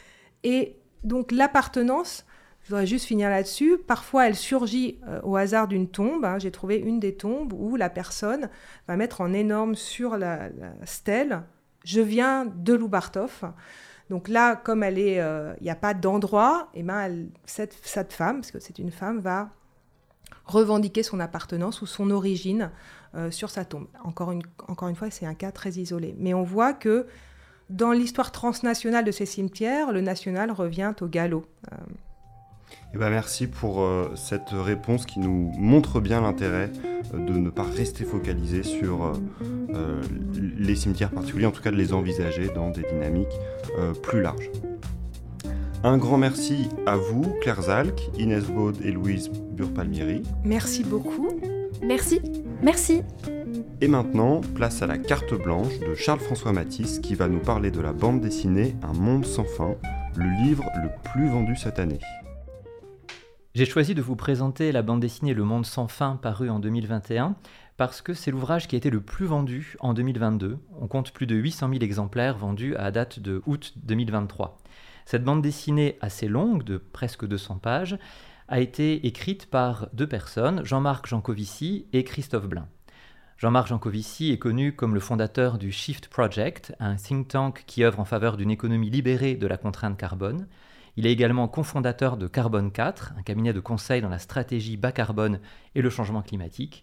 Speaker 2: Et donc l'appartenance, je voudrais juste finir là-dessus, parfois elle surgit euh, au hasard d'une tombe. Hein. J'ai trouvé une des tombes où la personne va mettre en énorme sur la, la stèle « Je viens de Loubartov ». Donc là, comme elle est, il euh, n'y a pas d'endroit, et ben elle, cette, cette femme, parce que c'est une femme, va revendiquer son appartenance ou son origine euh, sur sa tombe. Encore une, encore une fois, c'est un cas très isolé. Mais on voit que dans l'histoire transnationale de ces cimetières, le national revient au galop. Euh...
Speaker 1: Eh ben merci pour euh, cette réponse qui nous montre bien l'intérêt euh, de ne pas rester focalisé sur euh, euh, les cimetières particuliers, en tout cas de les envisager dans des dynamiques euh, plus larges. Un grand merci à vous, Claire Zalck, Inès Baud et Louise Burpalmieri.
Speaker 2: Merci beaucoup.
Speaker 3: Merci.
Speaker 4: Merci.
Speaker 1: Et maintenant, place à la carte blanche de Charles-François Mathis qui va nous parler de la bande dessinée Un monde sans fin, le livre le plus vendu cette année.
Speaker 6: J'ai choisi de vous présenter la bande dessinée Le monde sans fin parue en deux mille vingt et un parce que c'est l'ouvrage qui a été le plus vendu en deux mille vingt-deux. On compte plus de huit cent mille exemplaires vendus à date de août deux mille vingt-trois. Cette bande dessinée assez longue, de presque deux cents pages, a été écrite par deux personnes, Jean-Marc Jancovici et Christophe Blain. Jean-Marc Jancovici est connu comme le fondateur du Shift Project, un think tank qui œuvre en faveur d'une économie libérée de la contrainte carbone. Il est également cofondateur de Carbone quatre, un cabinet de conseil dans la stratégie bas carbone et le changement climatique.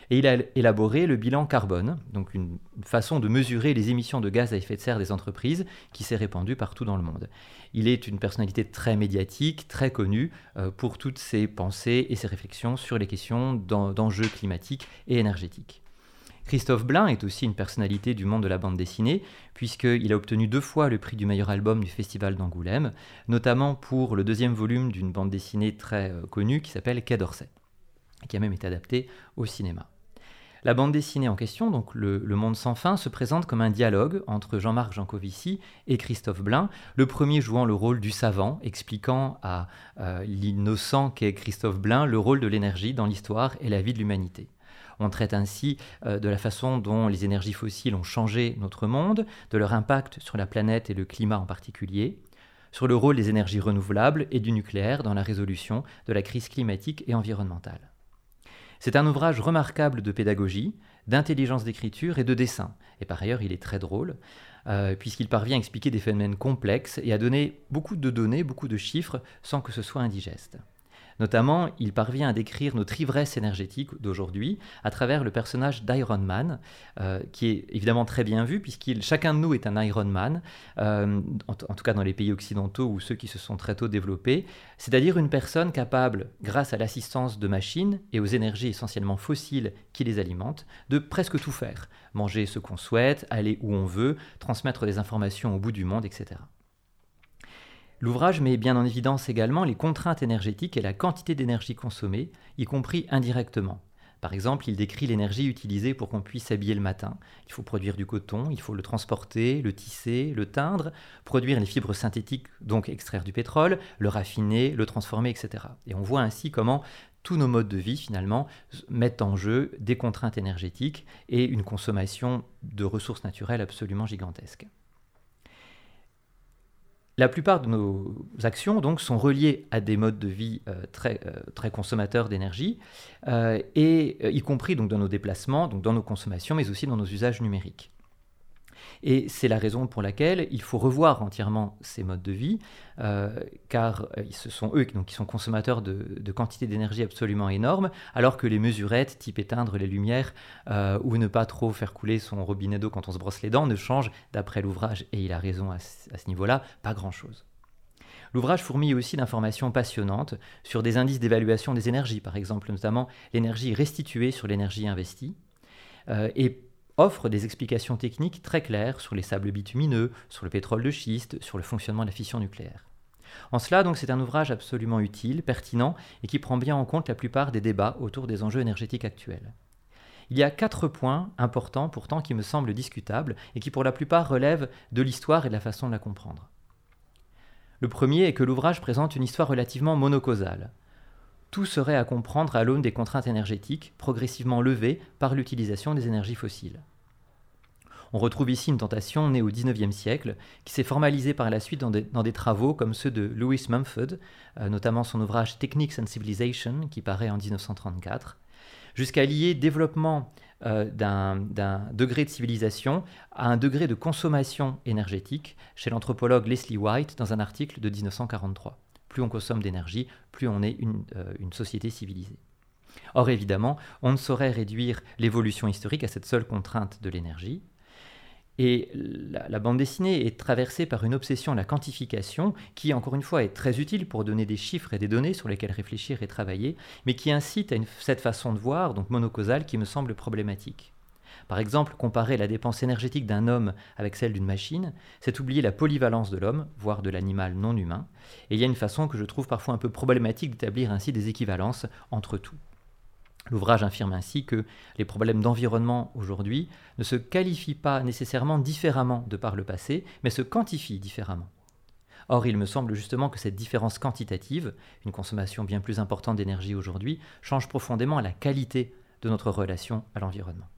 Speaker 6: Et il a élaboré le bilan carbone, donc une façon de mesurer les émissions de gaz à effet de serre des entreprises qui s'est répandue partout dans le monde. Il est une personnalité très médiatique, très connue euh, pour toutes ses pensées et ses réflexions sur les questions d'en, d'enjeux climatiques et énergétiques. Christophe Blain est aussi une personnalité du monde de la bande dessinée, puisqu'il a obtenu deux fois le prix du meilleur album du Festival d'Angoulême, notamment pour le deuxième volume d'une bande dessinée très euh, connue qui s'appelle Quai d'Orsay, qui a même été adaptée au cinéma. La bande dessinée en question, donc le, le Monde sans fin, se présente comme un dialogue entre Jean-Marc Jancovici et Christophe Blain, le premier jouant le rôle du savant, expliquant à euh, l'innocent qu'est Christophe Blain le rôle de l'énergie dans l'histoire et la vie de l'humanité. On traite ainsi euh, de la façon dont les énergies fossiles ont changé notre monde, de leur impact sur la planète et le climat en particulier, sur le rôle des énergies renouvelables et du nucléaire dans la résolution de la crise climatique et environnementale. C'est un ouvrage remarquable de pédagogie, d'intelligence d'écriture et de dessin. Et par ailleurs, il est très drôle, euh, puisqu'il parvient à expliquer des phénomènes complexes et à donner beaucoup de données, beaucoup de chiffres, sans que ce soit indigeste. Notamment, il parvient à décrire notre ivresse énergétique d'aujourd'hui à travers le personnage d'Iron Man, euh, qui est évidemment très bien vu, puisque chacun de nous est un Iron Man, euh, en, en tout cas dans les pays occidentaux ou ceux qui se sont très tôt développés, c'est-à-dire une personne capable, grâce à l'assistance de machines et aux énergies essentiellement fossiles qui les alimentent, de presque tout faire. Manger ce qu'on souhaite, aller où on veut, transmettre des informations au bout du monde, et cetera. L'ouvrage met bien en évidence également les contraintes énergétiques et la quantité d'énergie consommée, y compris indirectement. Par exemple, il décrit l'énergie utilisée pour qu'on puisse s'habiller le matin. Il faut produire du coton, il faut le transporter, le tisser, le teindre, produire les fibres synthétiques, donc extraire du pétrole, le raffiner, le transformer, et cetera. Et on voit ainsi comment tous nos modes de vie, finalement, mettent en jeu des contraintes énergétiques et une consommation de ressources naturelles absolument gigantesque. La plupart de nos actions donc, sont reliées à des modes de vie euh, très, euh, très consommateurs d'énergie, euh, et, euh, y compris donc, dans nos déplacements, donc dans nos consommations, mais aussi dans nos usages numériques. Et c'est la raison pour laquelle il faut revoir entièrement ces modes de vie, euh, car euh, ce sont eux donc, qui sont consommateurs de, de quantités d'énergie absolument énormes, alors que les mesurettes, type éteindre les lumières euh, ou ne pas trop faire couler son robinet d'eau quand on se brosse les dents, ne changent, d'après l'ouvrage, et il a raison à, à ce niveau-là, pas grand-chose. L'ouvrage fourmille aussi d'informations passionnantes sur des indices d'évaluation des énergies, par exemple, notamment l'énergie restituée sur l'énergie investie, euh, et offre des explications techniques très claires sur les sables bitumineux, sur le pétrole de schiste, sur le fonctionnement de la fission nucléaire. En cela, donc, c'est un ouvrage absolument utile, pertinent et qui prend bien en compte la plupart des débats autour des enjeux énergétiques actuels. Il y a quatre points importants pourtant qui me semblent discutables et qui pour la plupart relèvent de l'histoire et de la façon de la comprendre. Le premier est que l'ouvrage présente une histoire relativement monocausale. Tout serait à comprendre à l'aune des contraintes énergétiques progressivement levées par l'utilisation des énergies fossiles. On retrouve ici une tentation née au dix-neuvième siècle, qui s'est formalisée par la suite dans des, dans des travaux comme ceux de Lewis Mumford, euh, notamment son ouvrage Techniques and Civilization, qui paraît en dix-neuf cent trente-quatre, jusqu'à lier développement euh, d'un, d'un degré de civilisation à un degré de consommation énergétique chez l'anthropologue Leslie White dans un article de dix-neuf cent quarante-trois. Plus on consomme d'énergie, plus on est une, euh, une société civilisée. Or, évidemment, on ne saurait réduire l'évolution historique à cette seule contrainte de l'énergie. Et la, la bande dessinée est traversée par une obsession à la quantification qui, encore une fois, est très utile pour donner des chiffres et des données sur lesquels réfléchir et travailler, mais qui incite à une, cette façon de voir, donc monocausale, qui me semble problématique. Par exemple, comparer la dépense énergétique d'un homme avec celle d'une machine, c'est oublier la polyvalence de l'homme, voire de l'animal non humain, et il y a une façon que je trouve parfois un peu problématique d'établir ainsi des équivalences entre tout. L'ouvrage affirme ainsi que les problèmes d'environnement aujourd'hui ne se qualifient pas nécessairement différemment de par le passé, mais se quantifient différemment. Or, il me semble justement que cette différence quantitative, une consommation bien plus importante d'énergie aujourd'hui, change profondément la qualité de notre relation à l'environnement.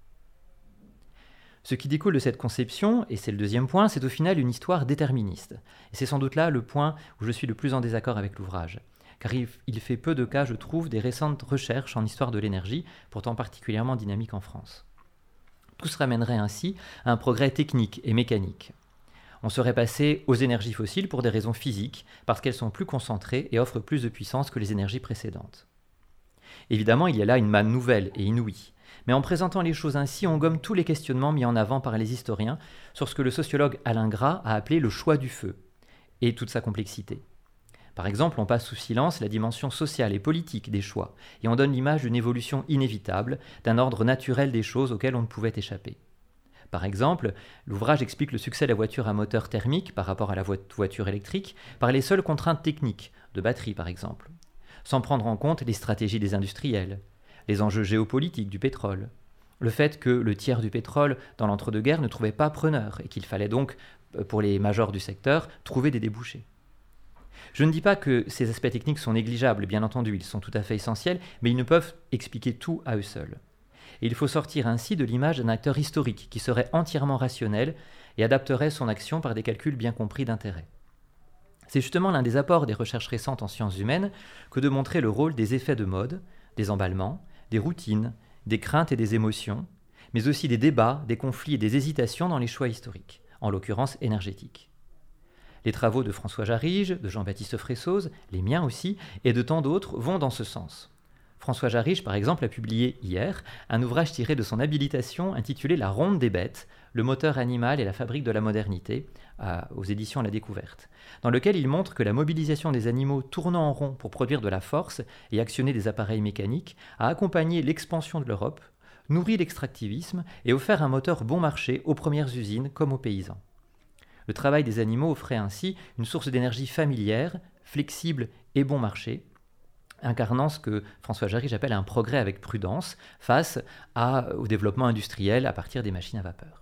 Speaker 6: Ce qui découle de cette conception, et c'est le deuxième point, c'est au final une histoire déterministe. Et c'est sans doute là le point où je suis le plus en désaccord avec l'ouvrage. Car il, il fait peu de cas, je trouve, des récentes recherches en histoire de l'énergie, pourtant particulièrement dynamiques en France. Tout se ramènerait ainsi à un progrès technique et mécanique. On serait passé aux énergies fossiles pour des raisons physiques, parce qu'elles sont plus concentrées et offrent plus de puissance que les énergies précédentes. Évidemment, il y a là une manne nouvelle et inouïe. Mais en présentant les choses ainsi, on gomme tous les questionnements mis en avant par les historiens sur ce que le sociologue Alain Gras a appelé le choix du feu, et toute sa complexité. Par exemple, on passe sous silence la dimension sociale et politique des choix, et on donne l'image d'une évolution inévitable, d'un ordre naturel des choses auxquelles on ne pouvait échapper. Par exemple, l'ouvrage explique le succès de la voiture à moteur thermique par rapport à la voiture électrique par les seules contraintes techniques, de batterie par exemple, sans prendre en compte les stratégies des industriels, les enjeux géopolitiques du pétrole, le fait que le tiers du pétrole dans l'entre-deux-guerres ne trouvait pas preneur et qu'il fallait donc, pour les majors du secteur, trouver des débouchés. Je ne dis pas que ces aspects techniques sont négligeables, bien entendu, ils sont tout à fait essentiels, mais ils ne peuvent expliquer tout à eux seuls. Et il faut sortir ainsi de l'image d'un acteur historique qui serait entièrement rationnel et adapterait son action par des calculs bien compris d'intérêt. C'est justement l'un des apports des recherches récentes en sciences humaines que de montrer le rôle des effets de mode, des emballements, des routines, des craintes et des émotions, mais aussi des débats, des conflits et des hésitations dans les choix historiques, en l'occurrence énergétiques. Les travaux de François Jarige, de Jean-Baptiste Fressoz, les miens aussi, et de tant d'autres vont dans ce sens. François Jarige, par exemple, a publié hier un ouvrage tiré de son habilitation intitulé « La ronde des bêtes, le moteur animal et la fabrique de la modernité » aux éditions La Découverte, dans lequel il montre que la mobilisation des animaux tournant en rond pour produire de la force et actionner des appareils mécaniques a accompagné l'expansion de l'Europe, nourri l'extractivisme et offert un moteur bon marché aux premières usines comme aux paysans. Le travail des animaux offrait ainsi une source d'énergie familière, flexible et bon marché, incarnant ce que François Jarige appelle un progrès avec prudence face à, au développement industriel à partir des machines à vapeur.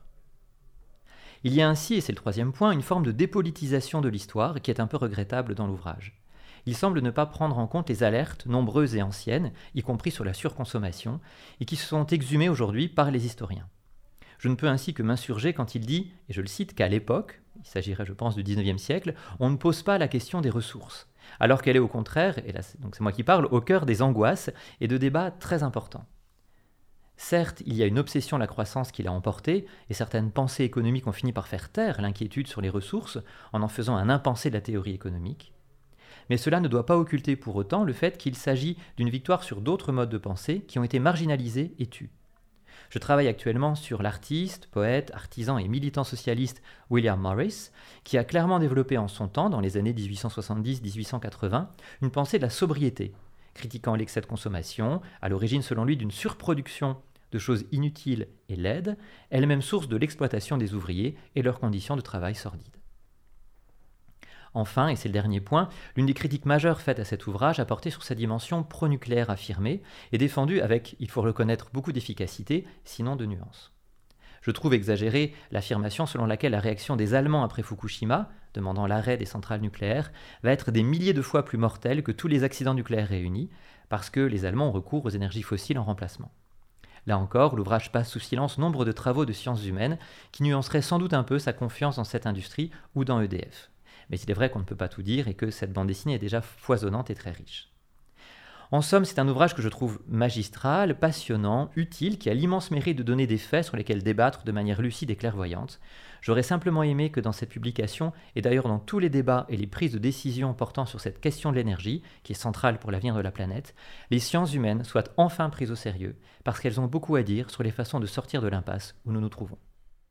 Speaker 6: Il y a ainsi, et c'est le troisième point, une forme de dépolitisation de l'histoire qui est un peu regrettable dans l'ouvrage. Il semble ne pas prendre en compte les alertes nombreuses et anciennes, y compris sur la surconsommation, et qui se sont exhumées aujourd'hui par les historiens. Je ne peux ainsi que m'insurger quand il dit, et je le cite, qu'à l'époque, il s'agirait je pense du dix-neuvième siècle, on ne pose pas la question des ressources, alors qu'elle est au contraire, et là c'est, donc c'est moi qui parle, au cœur des angoisses et de débats très importants. Certes, il y a une obsession de la croissance qui l'a emporté, et certaines pensées économiques ont fini par faire taire l'inquiétude sur les ressources en en faisant un impensé de la théorie économique. Mais cela ne doit pas occulter pour autant le fait qu'il s'agit d'une victoire sur d'autres modes de pensée qui ont été marginalisés et tus. Je travaille actuellement sur l'artiste, poète, artisan et militant socialiste William Morris, qui a clairement développé en son temps, dans les années dix-huit cent soixante-dix à dix-huit cent quatre-vingts, une pensée de la sobriété, critiquant l'excès de consommation, à l'origine selon lui d'une surproduction de choses inutiles et laides, elle-même source de l'exploitation des ouvriers et leurs conditions de travail sordides. Enfin, et c'est le dernier point, l'une des critiques majeures faites à cet ouvrage a porté sur sa dimension pro-nucléaire affirmée et défendue avec, il faut reconnaître, beaucoup d'efficacité, sinon de nuance. Je trouve exagérée l'affirmation selon laquelle la réaction des Allemands après Fukushima, demandant l'arrêt des centrales nucléaires, va être des milliers de fois plus mortelle que tous les accidents nucléaires réunis, parce que les Allemands ont recours aux énergies fossiles en remplacement. Là encore, l'ouvrage passe sous silence nombre de travaux de sciences humaines qui nuanceraient sans doute un peu sa confiance dans cette industrie ou dans E D F. Mais il est vrai qu'on ne peut pas tout dire et que cette bande dessinée est déjà foisonnante et très riche. En somme, c'est un ouvrage que je trouve magistral, passionnant, utile, qui a l'immense mérite de donner des faits sur lesquels débattre de manière lucide et clairvoyante. J'aurais simplement aimé que dans cette publication, et d'ailleurs dans tous les débats et les prises de décision portant sur cette question de l'énergie, qui est centrale pour l'avenir de la planète, les sciences humaines soient enfin prises au sérieux, parce qu'elles ont beaucoup à dire sur les façons de sortir de l'impasse où nous nous trouvons.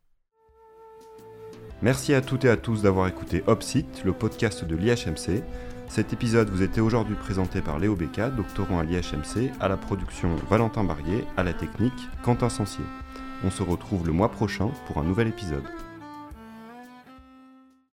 Speaker 1: Merci à toutes et à tous d'avoir écouté Opsite, le podcast de l'I H M C. Cet épisode vous était aujourd'hui présenté par Léo Becca, doctorant à l'I H M C, à la production Valentin Barrier, à la technique Quentin Sancier. On se retrouve le mois prochain pour un nouvel épisode.